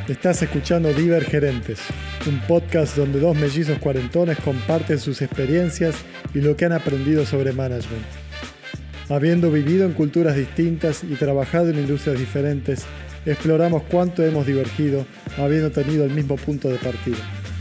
Estás escuchando Divergerentes, un podcast donde dos mellizos cuarentones comparten sus experiencias y lo que han aprendido sobre management. Habiendo vivido en culturas distintas y trabajado en industrias diferentes, exploramos cuánto hemos divergido habiendo tenido el mismo punto de partida.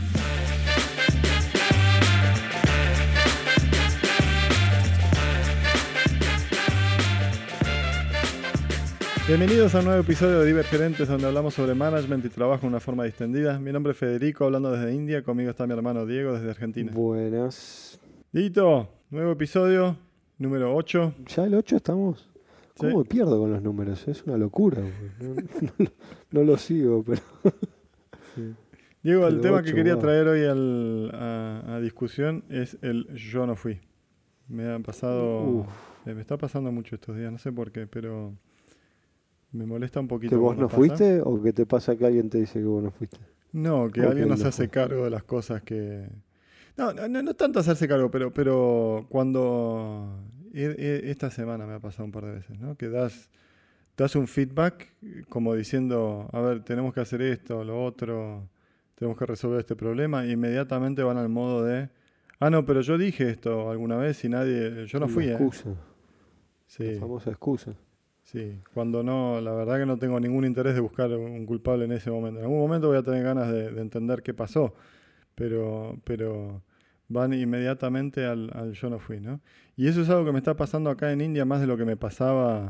Bienvenidos a un nuevo episodio de Divergerentes, donde hablamos sobre management y trabajo de una forma distendida. Mi nombre es Federico, hablando desde India. Conmigo está mi hermano Diego, desde Argentina. Buenas. Dito, nuevo episodio, número 8. ¿Ya el 8 estamos? ¿Cómo Sí. me pierdo con los números? Es una locura. No lo sigo, pero... Sí. Diego, el Pero tema 8, que quería wow. traer hoy a discusión es el yo no fui. Me ha pasado, me está pasando mucho estos días, no sé por qué, pero me molesta un poquito. ¿Que vos cuando no pasa. fuiste o que te pasa que alguien te dice que vos no fuiste? No, que O alguien que no él se no hace fue. cargo de las cosas que... No tanto hacerse cargo, pero cuando... Esta semana me ha pasado un par de veces, ¿no? Que das un feedback como diciendo, a ver, tenemos que hacer esto, lo otro, tenemos que resolver este problema, e inmediatamente van al modo de, no, pero yo dije esto alguna vez y yo no La fui, ¿eh? excusa, la Sí, famosa excusa. sí. Cuando no, la verdad que no tengo ningún interés de buscar un culpable en ese momento. En algún momento voy a tener ganas de entender qué pasó, pero van inmediatamente al yo no fui, ¿no? Y eso es algo que me está pasando acá en India más de lo que me pasaba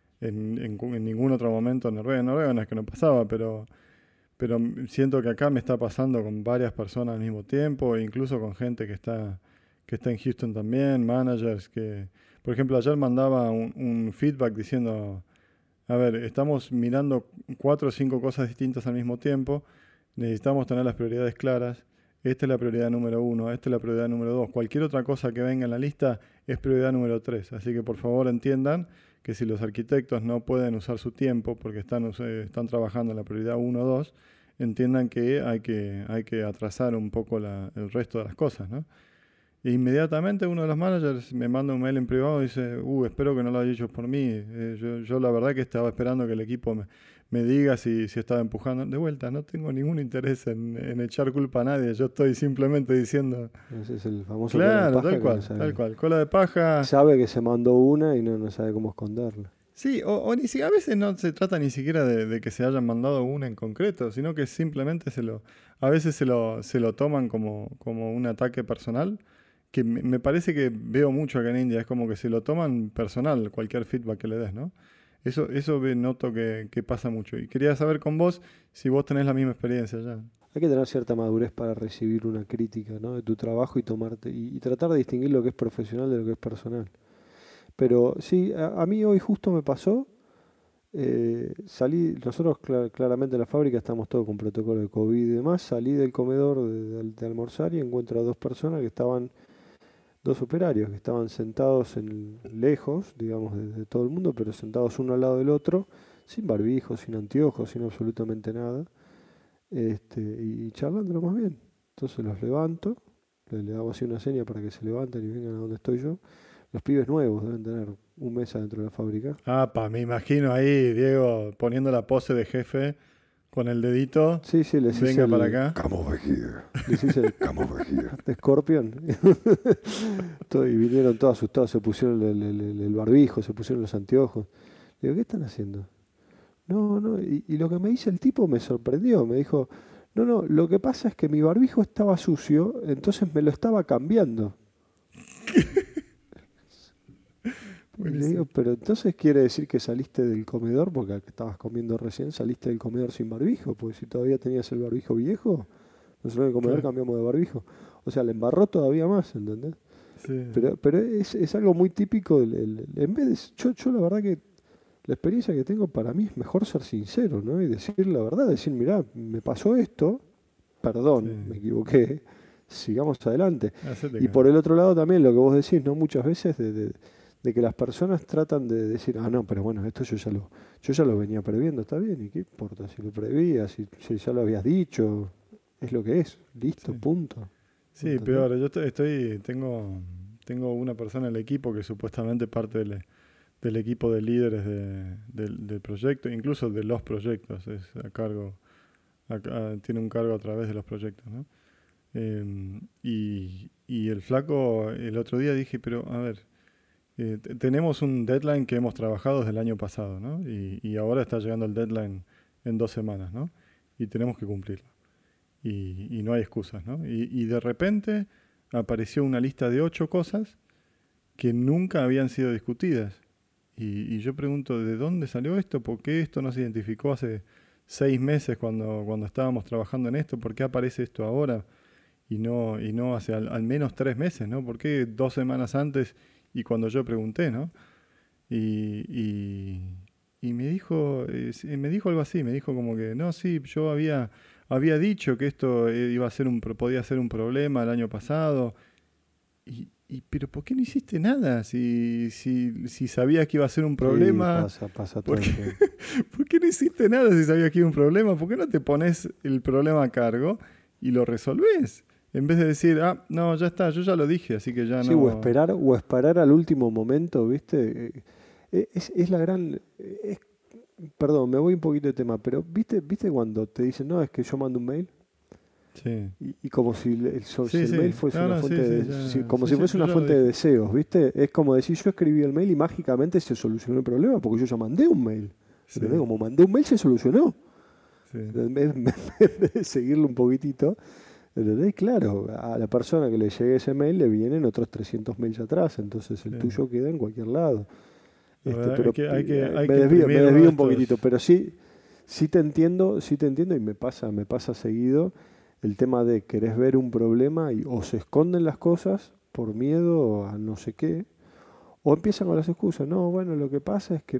en ningún otro momento en Noruega. En Noruega no es que no pasaba, pero siento que acá me está pasando con varias personas al mismo tiempo, e incluso con gente que está en Houston también, managers que, por ejemplo, ayer mandaba un feedback diciendo, a ver, estamos mirando 4 o 5 cosas distintas al mismo tiempo, necesitamos tener las prioridades claras. Esta es la prioridad número 1, esta es la prioridad número 2. Cualquier otra cosa que venga en la lista es prioridad número 3. Así que por favor entiendan que si los arquitectos no pueden usar su tiempo porque están trabajando en la prioridad 1 o 2, entiendan que hay que atrasar un poco el resto de las cosas, ¿no? E inmediatamente uno de los managers me manda un mail en privado y dice, espero que no lo haya hecho por mí. Yo la verdad que estaba esperando que el equipo me diga si estaba empujando. De vuelta, no tengo ningún interés en echar culpa a nadie. Yo estoy simplemente diciendo, Ese es el famoso cola de claro, paja tal que cual, no sabe. tal cual. Cola de paja. Sabe que se mandó una y no sabe cómo esconderla. Sí, o ni siquiera, a veces no se trata ni siquiera de que se hayan mandado una en concreto, sino que simplemente a veces se lo toman como un ataque personal, que me parece que veo mucho acá en India, es como que se lo toman personal cualquier feedback que le des, ¿no? Eso noto que pasa mucho. Y quería saber con vos si vos tenés la misma experiencia ya. Hay que tener cierta madurez para recibir una crítica, ¿no?, de tu trabajo y tratar de distinguir lo que es profesional de lo que es personal. Pero sí, a mí hoy justo me pasó, nosotros claramente en la fábrica estamos todos con protocolo de COVID y demás, salí del comedor de almorzar y encuentro a dos operarios que estaban sentados lejos, digamos, de todo el mundo, pero sentados uno al lado del otro, sin barbijo, sin anteojos, sin absolutamente nada, y charlando más bien. Entonces los levanto, le hago así una seña para que se levanten y vengan a donde estoy yo. Los pibes nuevos deben tener un mes adentro de la fábrica. Me imagino ahí, Diego, poniendo la pose de jefe con el dedito. Sí, les hice Venga para acá. Come over here. Les hice el Come over here. de Scorpion. Y vinieron todos asustados, se pusieron el barbijo, se pusieron los anteojos. Le digo, ¿qué están haciendo? No, y lo que me dice el tipo me sorprendió. Me dijo, no, lo que pasa es que mi barbijo estaba sucio, entonces me lo estaba cambiando. Y le digo, pero entonces quiere decir que saliste del comedor, porque estabas comiendo recién, saliste del comedor sin barbijo, porque si todavía tenías el barbijo viejo, nosotros en el comedor Claro. cambiamos de barbijo. O sea, le embarró todavía más, ¿entendés? Sí. Pero es algo muy típico. En vez de, yo la verdad que la experiencia que tengo para mí es mejor ser sincero, ¿no? Y decir la verdad, decir, mirá, me pasó esto, perdón, Sí. me equivoqué, sigamos adelante. Hacete Y cargo. por el otro lado también lo que vos decís, ¿no? Muchas veces de que las personas tratan de decir, no, pero bueno, esto yo ya lo venía previendo, está bien, ¿y qué importa? Si lo prevías, si ya lo habías dicho, es lo que es, listo, Sí. punto. Sí, ¿Entendés? peor. Yo tengo una persona en el equipo que supuestamente parte del equipo de líderes del proyecto, incluso de los proyectos, es a cargo tiene un cargo a través de los proyectos, ¿no? Y el flaco, el otro día dije, pero a ver, tenemos un deadline que hemos trabajado desde el año pasado, ¿no? Y ahora está llegando el deadline en 2 semanas, ¿no? Y tenemos que cumplirlo. Y no hay excusas, ¿no? Y de repente apareció una lista de 8 cosas que nunca habían sido discutidas. Y yo pregunto, ¿de dónde salió esto? ¿Por qué esto no se identificó hace 6 meses cuando estábamos trabajando en esto? ¿Por qué aparece esto ahora y no hace al menos 3 meses, ¿no? ¿Por qué 2 semanas antes y cuando yo pregunté, ¿no? Y me dijo algo así, me dijo como que, no, sí, yo había dicho que esto iba a ser podía ser un problema el año pasado. Pero ¿por qué no hiciste nada? Si sabías que iba a ser un problema. Sí, pasa todo el tiempo. ¿Por qué no hiciste nada si sabías que iba a un problema? ¿Por qué no te pones el problema a cargo y lo resolvés? En vez de decir, no, ya está, yo ya lo dije, así que ya sí, no. O esperar al último momento, ¿viste? Es la gran. Perdón, me voy un poquito de tema, pero ¿viste cuando te dicen, no, es que yo mando un mail? Sí. Y como si el mail fuese una fuente fuese una fuente de deseos, ¿viste? Es como decir, yo escribí el mail y mágicamente se solucionó el problema porque yo ya mandé un mail. Sí. Como mandé un mail se solucionó. Sí. En vez de seguirlo un poquitito, ¿entendés? Claro, a la persona que le llegue ese mail le vienen otros 300 mails atrás, entonces el tuyo queda en cualquier lado. Pero me desvío un poquitito, pero sí te entiendo y me pasa seguido el tema de querés ver un problema o se esconden las cosas por miedo a no sé qué, o empiezan con las excusas. No, bueno, lo que pasa es que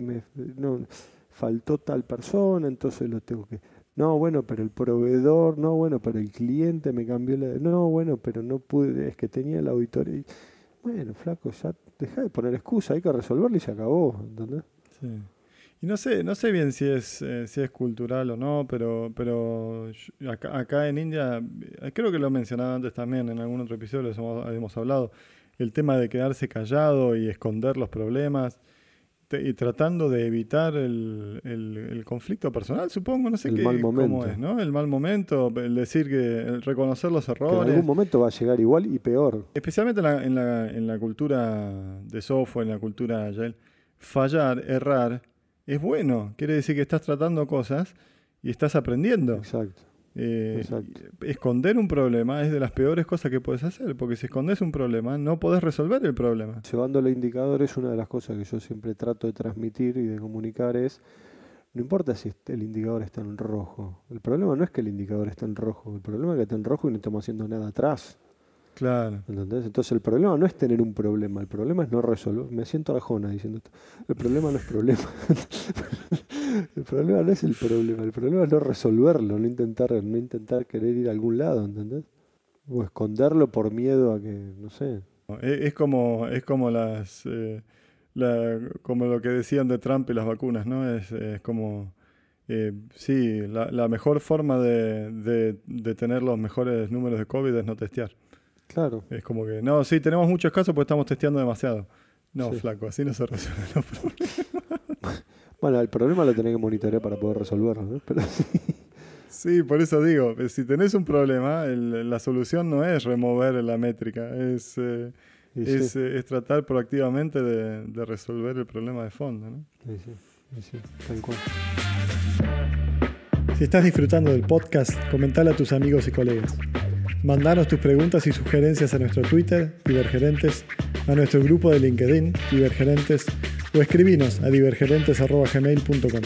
faltó tal persona, entonces lo tengo que... No, bueno, pero el proveedor, no, bueno, pero el cliente me cambió no, bueno, pero no pude, es que tenía la auditoría. Bueno, flaco, ya deja de poner excusa, hay que resolverlo y se acabó, ¿entendés? Sí. Y no sé bien si es cultural o no, pero acá en India, creo que lo he mencionado antes también, en algún otro episodio hemos hablado, el tema de quedarse callado y esconder los problemas, y tratando de evitar el conflicto personal, supongo, no sé cómo es, ¿no? El mal momento, el decir el reconocer los errores. Que en algún momento va a llegar igual y peor. Especialmente en la cultura de software, en la cultura agile, fallar, errar, es bueno. Quiere decir que estás tratando cosas y estás aprendiendo. Exacto. Esconder un problema es de las peores cosas que puedes hacer, porque si escondes un problema no podés resolver el problema. Llevándolo a indicadores, una de las cosas que yo siempre trato de transmitir y de comunicar es, no importa si el indicador está en rojo, el problema no es que el indicador está en rojo, el problema es que está en rojo y no estamos haciendo nada atrás. Claro. ¿Entendés? Entonces el problema no es tener un problema, el problema es no resolver. Me siento arjona diciendo esto. El problema no es problema. El problema no es el problema es no resolverlo, no intentar querer ir a algún lado, ¿entendés? O esconderlo por miedo a que, no sé. Es como como lo que decían de Trump y las vacunas, ¿no? Es como sí, la mejor forma de tener los mejores números de COVID es no testear. Claro. Es como que, no, sí, tenemos muchos casos porque estamos testeando demasiado. No, sí. Flaco, así no se resuelven los problemas. Bueno, el problema lo tenés que monitorear para poder resolverlo, ¿no? Pero sí. Sí, por eso digo, si tenés un problema, la solución no es remover la métrica, es tratar proactivamente de resolver el problema de fondo, ¿no? Sí, tal cual. Si estás disfrutando del podcast, comentale a tus amigos y colegas. Mandanos tus preguntas y sugerencias a nuestro Twitter, Divergerentes, a nuestro grupo de LinkedIn, Divergerentes, o escribinos a divergerentes@gmail.com.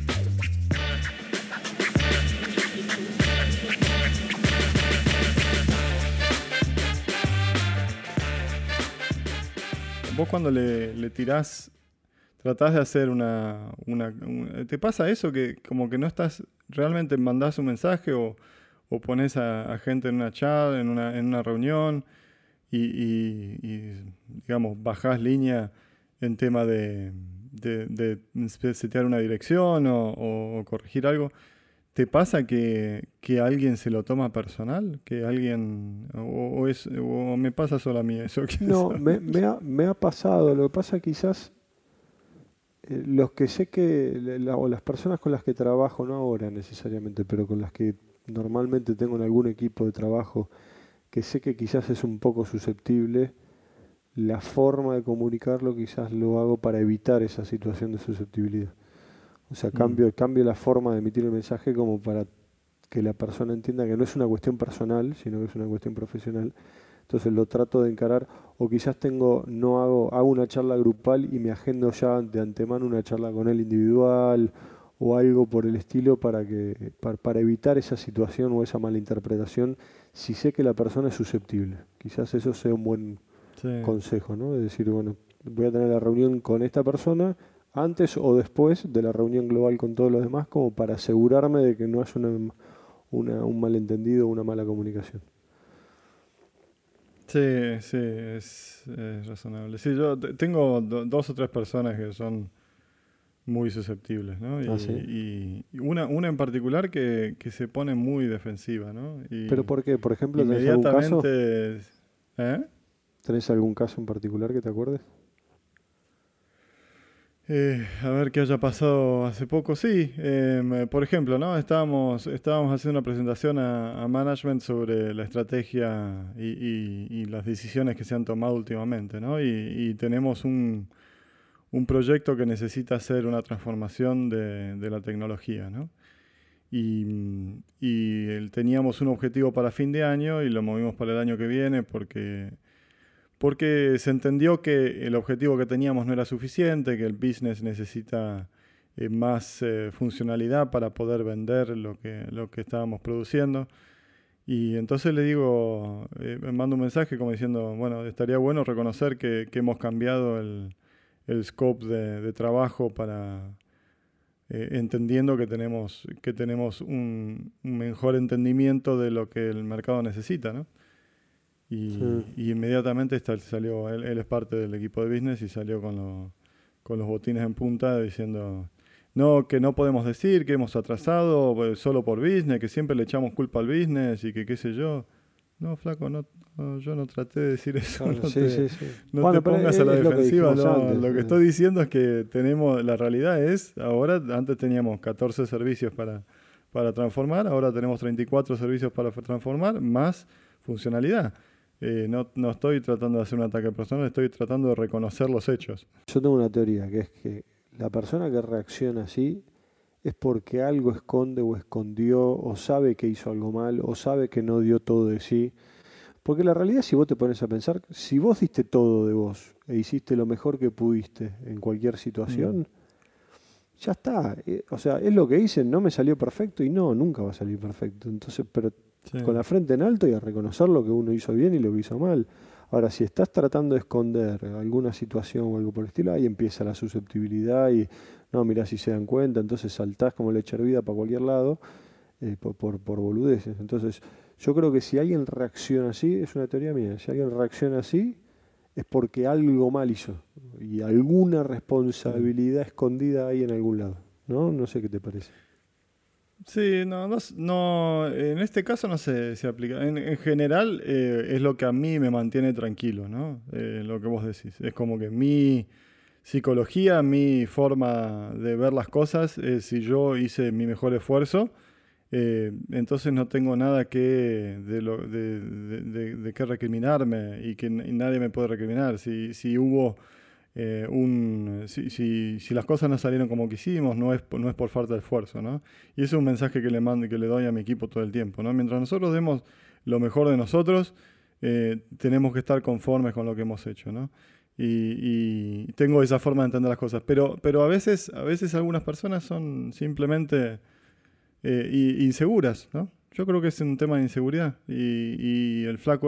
Vos cuando le tirás, tratás de hacer ¿te pasa eso que como que no estás, realmente mandás un mensaje o pones a gente en una chat, en una reunión y digamos, bajás línea en tema de setear una dirección o corregir algo? ¿Te pasa que alguien se lo toma personal? ¿Que alguien o me pasa solo a mí eso? No, me ha pasado. Lo que pasa quizás los que sé que o las personas con las que trabajo, no ahora necesariamente, pero con las que normalmente tengo en algún equipo de trabajo que sé que quizás es un poco susceptible, la forma de comunicarlo quizás lo hago para evitar esa situación de susceptibilidad. O sea, cambio la forma de emitir el mensaje como para que la persona entienda que no es una cuestión personal, sino que es una cuestión profesional. Entonces lo trato de encarar, o quizás hago una charla grupal y me agendo ya de antemano una charla con él individual o algo por el estilo para evitar esa situación o esa mala interpretación si sé que la persona es susceptible. Quizás eso sea un buen consejo, ¿no? De decir, bueno, voy a tener la reunión con esta persona antes o después de la reunión global con todos los demás, como para asegurarme de que no haya un malentendido o una mala comunicación. Sí, es razonable. Sí, yo tengo 2 o 3 personas que son muy susceptibles, ¿no? ¿Sí? Y una en particular que se pone muy defensiva, ¿no? ¿Pero por qué? Por ejemplo, ¿tenés algún caso? ¿Eh? ¿Tenés algún caso en particular que te acuerdes? A ver qué haya pasado hace poco. Sí, por ejemplo, ¿no? Estábamos haciendo una presentación a management sobre la estrategia y las decisiones que se han tomado últimamente, ¿no? Y tenemos un proyecto que necesita hacer una transformación de la tecnología, ¿no? Y teníamos un objetivo para fin de año y lo movimos para el año que viene porque se entendió que el objetivo que teníamos no era suficiente, que el business necesita más funcionalidad para poder vender lo que estábamos produciendo. Y entonces le digo, me mando un mensaje como diciendo, bueno, estaría bueno reconocer que hemos cambiado el scope de trabajo para entendiendo que tenemos un mejor entendimiento de lo que el mercado necesita, ¿no? Y inmediatamente salió, él es parte del equipo de business y salió con los botines en punta diciendo, no, que no podemos decir que hemos atrasado solo por business, que siempre le echamos culpa al business y que qué sé yo. No, flaco, no, yo no traté de decir eso. Claro, No bueno, te pongas a la defensiva. Lo que antes. estoy diciendo es que la realidad es, ahora, antes teníamos 14 servicios para transformar, ahora tenemos 34 servicios para transformar, más funcionalidad. No estoy tratando de hacer un ataque personal, estoy tratando de reconocer los hechos. Yo tengo una teoría, que es que la persona que reacciona así es porque algo esconde o escondió, o sabe que hizo algo mal, o sabe que no dio todo de sí. Porque la realidad, si vos te pones a pensar, si vos diste todo de vos e hiciste lo mejor que pudiste en cualquier situación, ya está. O sea, es lo que dicen, no me salió perfecto y no, nunca va a salir perfecto. Entonces, pero con la frente en alto y a reconocer lo que uno hizo bien y lo que hizo mal. Ahora, si estás tratando de esconder alguna situación o algo por el estilo, ahí empieza la susceptibilidad y, no, mirá si se dan cuenta, entonces saltás como leche hervida para cualquier lado por boludeces. Entonces, yo creo que si alguien reacciona así, es una teoría mía, si alguien reacciona así, es porque algo mal hizo y alguna responsabilidad escondida hay en algún lado, ¿no? No sé qué te parece. Sí, no, en este caso no se aplica. En general es lo que a mí me mantiene tranquilo, ¿no? Lo que vos decís. Es como que mi psicología, mi forma de ver las cosas, si yo hice mi mejor esfuerzo, entonces no tengo nada de qué recriminarme y que nadie me puede recriminar. Si hubo si las cosas no salieron como quisimos, no es por falta de esfuerzo, ¿no? Y ese es un mensaje que le doy a mi equipo todo el tiempo, ¿no? Mientras nosotros demos lo mejor de nosotros, tenemos que estar conformes con lo que hemos hecho, ¿no? Y tengo esa forma de entender las cosas. Pero a veces algunas personas son simplemente inseguras, ¿no? Yo creo que es un tema de inseguridad. Y el flaco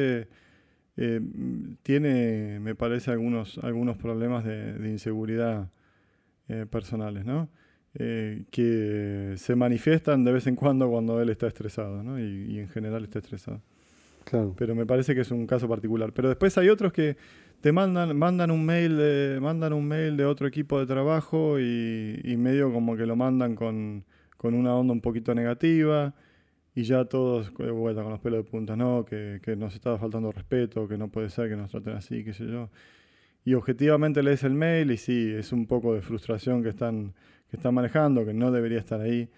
tiene, me parece, algunos problemas de inseguridad personales, ¿no? Que se manifiestan de vez en cuando él está estresado, ¿no? Y en general está estresado. Claro. Pero me parece que es un caso particular. Pero después hay otros que te mandan un mail de otro equipo de trabajo y medio como que lo mandan con una onda un poquito negativa. Y ya todos de vuelta con los pelos de punta, ¿no? Que nos estaba faltando respeto, que no puede ser que nos traten así, qué sé yo. Y objetivamente lees el mail y sí, es un poco de frustración que están manejando, que no debería estar ahí.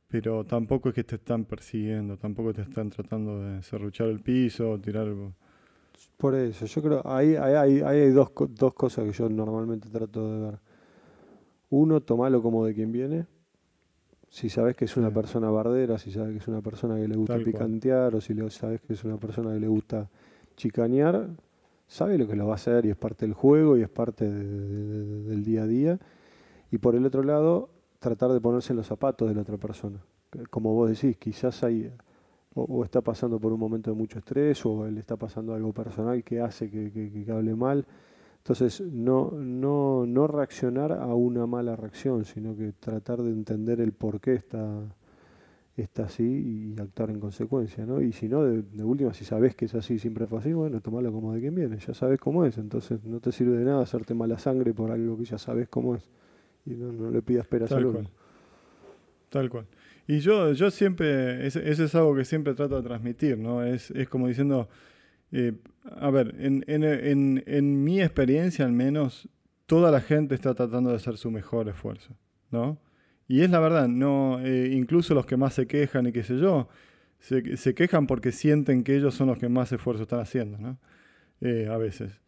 pero tampoco es que te están persiguiendo, tampoco te están tratando de serruchar el piso o tirar... Por eso, yo creo, ahí hay dos cosas que yo normalmente trato de ver. Uno, tomalo como de quien viene. Si sabes que es Sí, una persona bardera, si sabes que es una persona que le gusta tal cual, picantear, o si sabes que es una persona que le gusta chicanear, sabe lo que lo va a hacer y es parte del juego y es parte del día a día. Y por el otro lado, tratar de ponerse en los zapatos de la otra persona. Como vos decís, quizás hay, o está pasando por un momento de mucho estrés, o le está pasando algo personal que hace que hable mal. Entonces, no reaccionar a una mala reacción, sino que tratar de entender el por qué está así y actuar en consecuencia, ¿no? Y si no, de última, si sabes que es así, siempre fue así, bueno, tomalo como de quien viene, ya sabes cómo es, entonces no te sirve de nada hacerte mala sangre por algo que ya sabes cómo es. Y no le pidas peras al tal olmo. cual, tal cual. Y yo siempre, eso es algo que siempre trato de transmitir, ¿no? Es como diciendo, eh, a ver, en mi experiencia al menos, toda la gente está tratando de hacer su mejor esfuerzo, ¿no? Y es la verdad, no, incluso los que más se quejan y qué sé yo, se quejan porque sienten que ellos son los que más esfuerzo están haciendo, ¿no? A veces.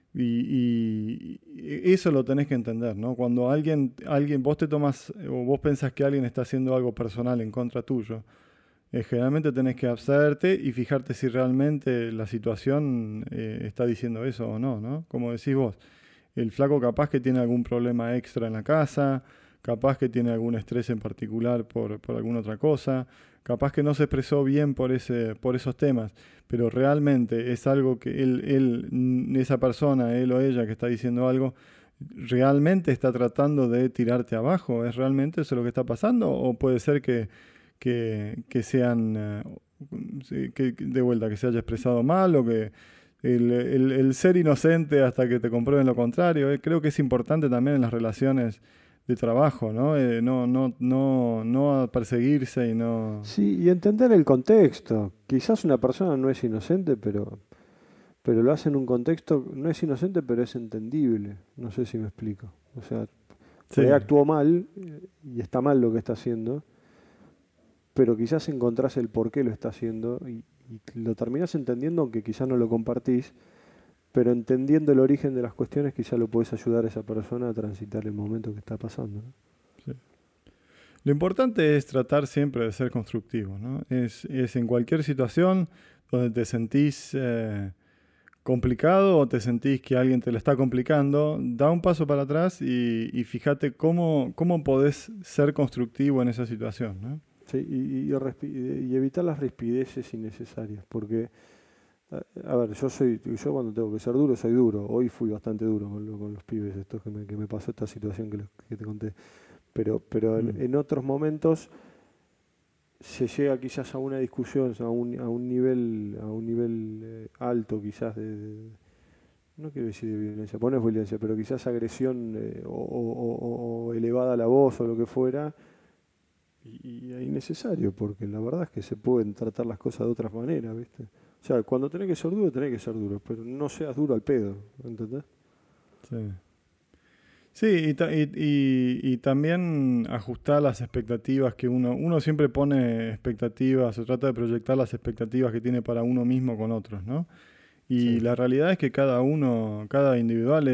Y eso lo tenés que entender, ¿no? Cuando vos te tomas o vos pensás que alguien está haciendo algo personal en contra tuyo, generalmente tenés que abstraerte y fijarte si realmente la situación está diciendo eso o no, ¿no? Como decís vos, el flaco capaz que tiene algún problema extra en la casa, capaz que tiene algún estrés en particular por alguna otra cosa, capaz que no se expresó bien por esos temas, pero realmente es algo que esa persona, él o ella que está diciendo algo, realmente está tratando de tirarte abajo. ¿Es realmente eso lo que está pasando? ¿O puede ser que sean, sí, que de vuelta, que se haya expresado mal o que el ser inocente hasta que te comprueben lo contrario? Creo que es importante también en las relaciones de trabajo, ¿no? No perseguirse y no... Sí, y entender el contexto. Quizás una persona no es inocente, pero lo hace en un contexto, no es inocente, pero es entendible. No sé si me explico. O sea, por ahí Sí, actuó mal y está mal lo que está haciendo, pero quizás encontrás el por qué lo está haciendo y lo terminás entendiendo, aunque quizás no lo compartís, pero entendiendo el origen de las cuestiones, quizás lo puedes ayudar a esa persona a transitar el momento que está pasando, ¿no? sí. Lo importante es tratar siempre de ser constructivo, ¿no? Es en cualquier situación donde te sentís complicado o te sentís que alguien te lo está complicando, da un paso para atrás y fíjate cómo podés ser constructivo en esa situación, ¿no? Sí, y evitar las rispideces innecesarias, porque, a ver, yo cuando tengo que ser duro, soy duro. Hoy fui bastante duro con los pibes, estos que me pasó esta situación que te conté. Pero Mm, en otros momentos se llega quizás a una discusión, a un nivel alto quizás no quiero decir de violencia, pues no es violencia, pero quizás agresión o elevada la voz o lo que fuera, y es innecesario, porque la verdad es que se pueden tratar las cosas de otras maneras, ¿viste? O sea, cuando tenés que ser duro, pero no seas duro al pedo, ¿entendés? sí. Sí, y también ajustar las expectativas que uno siempre pone expectativas o trata de proyectar las expectativas que tiene para uno mismo con otros, ¿no? Y Sí, la realidad es que cada individual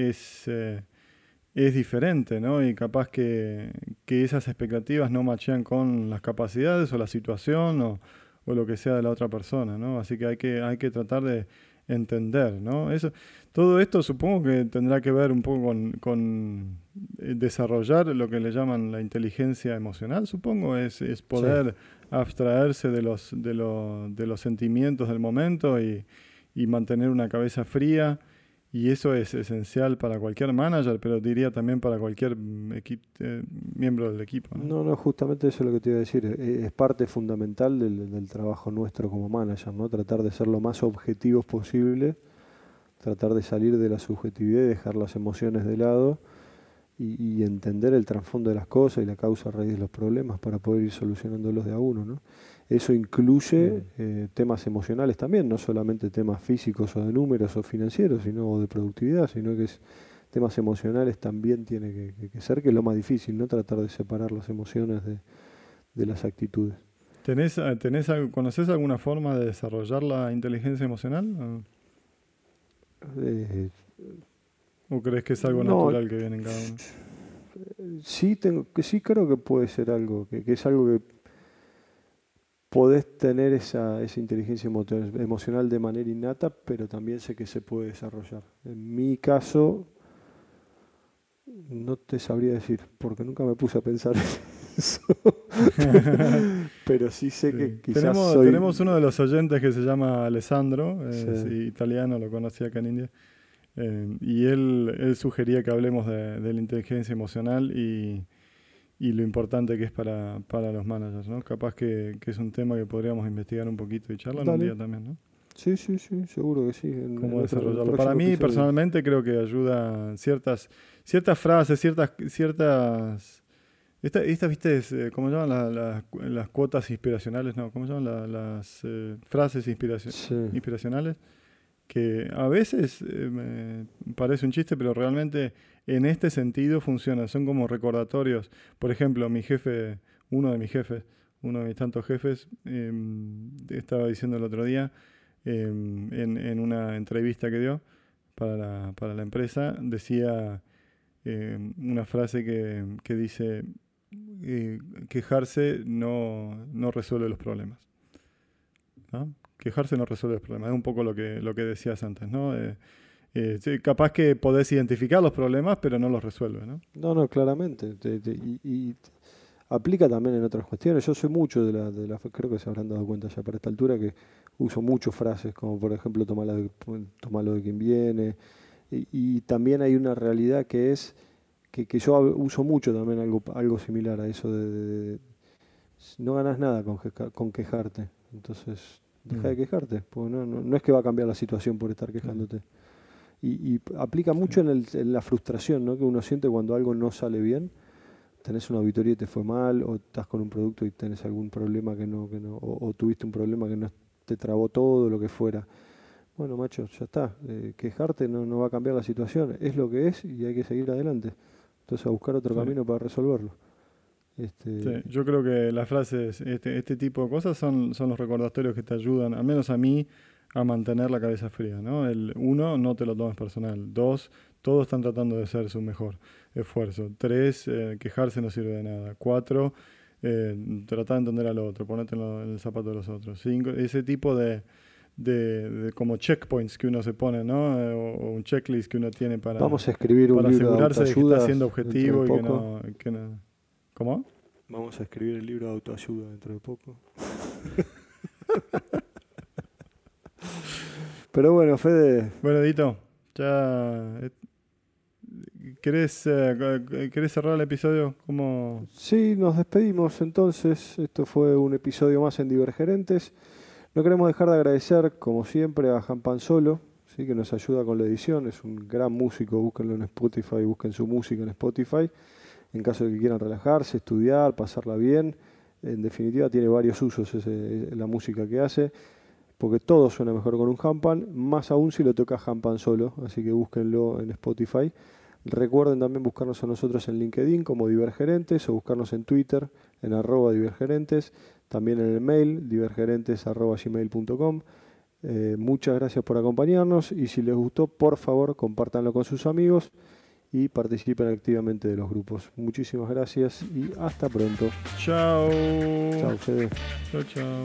es diferente, ¿no? Y capaz que esas expectativas no machean con las capacidades o la situación o lo que sea de la otra persona, ¿no? Así que hay que tratar de entender, ¿no? Todo esto supongo que tendrá que ver un poco con desarrollar lo que le llaman la inteligencia emocional, supongo, es sí. poder abstraerse de los sentimientos del momento y mantener una cabeza fría. Y eso es esencial para cualquier manager, pero diría también para cualquier miembro del equipo, ¿no? No, justamente eso es lo que te iba a decir. Es parte fundamental del trabajo nuestro como manager, ¿no? Tratar de ser lo más objetivos posible, tratar de salir de la subjetividad y dejar las emociones de lado y entender el trasfondo de las cosas y la causa raíz de los problemas para poder ir solucionándolos de a uno, ¿no? Eso incluye Mm, temas emocionales también, no solamente temas físicos o de números o financieros, sino o de productividad, sino que temas emocionales también tiene que ser, que es lo más difícil, ¿no? Tratar de separar las emociones de las actitudes. ¿Conoces alguna forma de desarrollar la inteligencia emocional? Eh, ¿O crees que es algo no, natural que viene en cada uno? sí creo que puede ser algo, que es algo que podés tener esa inteligencia emocional de manera innata, pero también sé que se puede desarrollar. En mi caso, no te sabría decir, porque nunca me puse a pensar en eso. Pero sí sé que quizás tenemos uno de los oyentes que se llama Alessandro, Sí. es italiano, lo conocí acá en India. Y él sugería que hablemos de la inteligencia emocional y lo importante que es para los managers, ¿no? Capaz que es un tema que podríamos investigar un poquito y charlar un Dale. día también, ¿no? Sí, seguro que sí. Cómo desarrollarlo. Para mí, personalmente, creo que ayuda ciertas frases, estas, ¿viste? ¿Cómo llaman las cuotas inspiracionales? No, ¿cómo llaman las frases inspiracionales? Que a veces me parece un chiste, pero realmente en este sentido funcionan. Son como recordatorios. Por ejemplo, uno de mis tantos jefes, estaba diciendo el otro día, en una entrevista que dio para la empresa, decía una frase que dice, quejarse no resuelve los problemas, ¿no? Quejarse no resuelve los problemas. Es un poco lo que decías antes, ¿no? Sí, capaz que podés identificar los problemas, pero no los resuelve, ¿no? No, claramente. Y aplica también en otras cuestiones. Yo soy mucho creo que se habrán dado cuenta ya para esta altura que uso mucho frases como por ejemplo tomalo de quien viene. Y también hay una realidad que es que yo uso mucho también algo similar a eso de no ganas nada con quejarte. Entonces, deja de quejarte, porque no es que va a cambiar la situación por estar quejándote. Y aplica mucho en la frustración, ¿no? Que uno siente cuando algo no sale bien. Tenés una auditoría y te fue mal, o estás con un producto y tenés algún problema o tuviste un problema que no te trabó todo, lo que fuera. Bueno, macho, ya está. Quejarte no va a cambiar la situación. Es lo que es y hay que seguir adelante. Entonces a buscar otro camino para resolverlo. Sí, yo creo que las frases, este tipo de cosas son los recordatorios que te ayudan, al menos a mí, a mantener la cabeza fría, ¿no? Uno, no te lo tomes personal. Dos, todos están tratando de hacer su mejor esfuerzo. Tres, quejarse no sirve de nada. Cuatro, tratar de entender al otro, ponerte en el zapato de los otros. Cinco, ese tipo de como checkpoints que uno se pone, ¿no? O un checklist que uno tiene para Vamos a escribir un libro asegurarse de que está siendo de objetivo y que no. ¿Cómo? Vamos a escribir el libro de autoayuda dentro de poco. Pero bueno, Fede. Bueno, Edito, ya. ¿Querés cerrar el episodio? ¿Cómo? Sí, nos despedimos entonces. Esto fue un episodio más en Divergerentes. No queremos dejar de agradecer, como siempre, a Jan Panzolo, ¿sí? Que nos ayuda con la edición. Es un gran músico. Búsquenlo en Spotify, busquen su música en Spotify. En caso de que quieran relajarse, estudiar, pasarla bien. En definitiva, tiene varios usos la música que hace, porque todo suena mejor con un handpan, más aún si lo toca handpan solo, así que búsquenlo en Spotify. Recuerden también buscarnos a nosotros en LinkedIn como Divergerentes o buscarnos en Twitter en @divergerentes, también en el mail divergerentes@gmail.com. Muchas gracias por acompañarnos y si les gustó, por favor, compártanlo con sus amigos y participen activamente de los grupos. Muchísimas gracias y hasta pronto. Chao. Chao, Fede. Chao.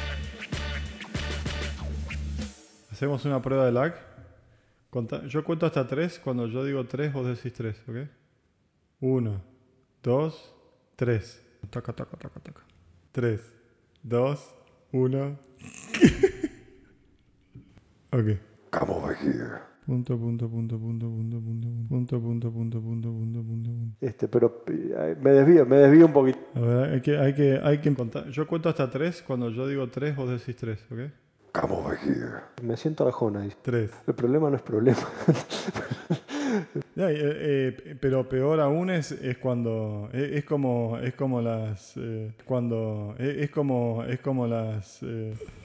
Hacemos una prueba de lag. Yo cuento hasta 3. Cuando yo digo 3, vos decís 3, ¿ok? 1, 2, 3. Taca. 3, 2, 1. Ok. Come over here. Punto. Pero me desvío un poquito. A ver, hay que contar. Yo cuento hasta 3. Cuando yo digo 3, vos decís 3, ¿ok? Come over here. Me siento arjona, dice. 3. El problema no es problema. Pero peor aún es cuando es como las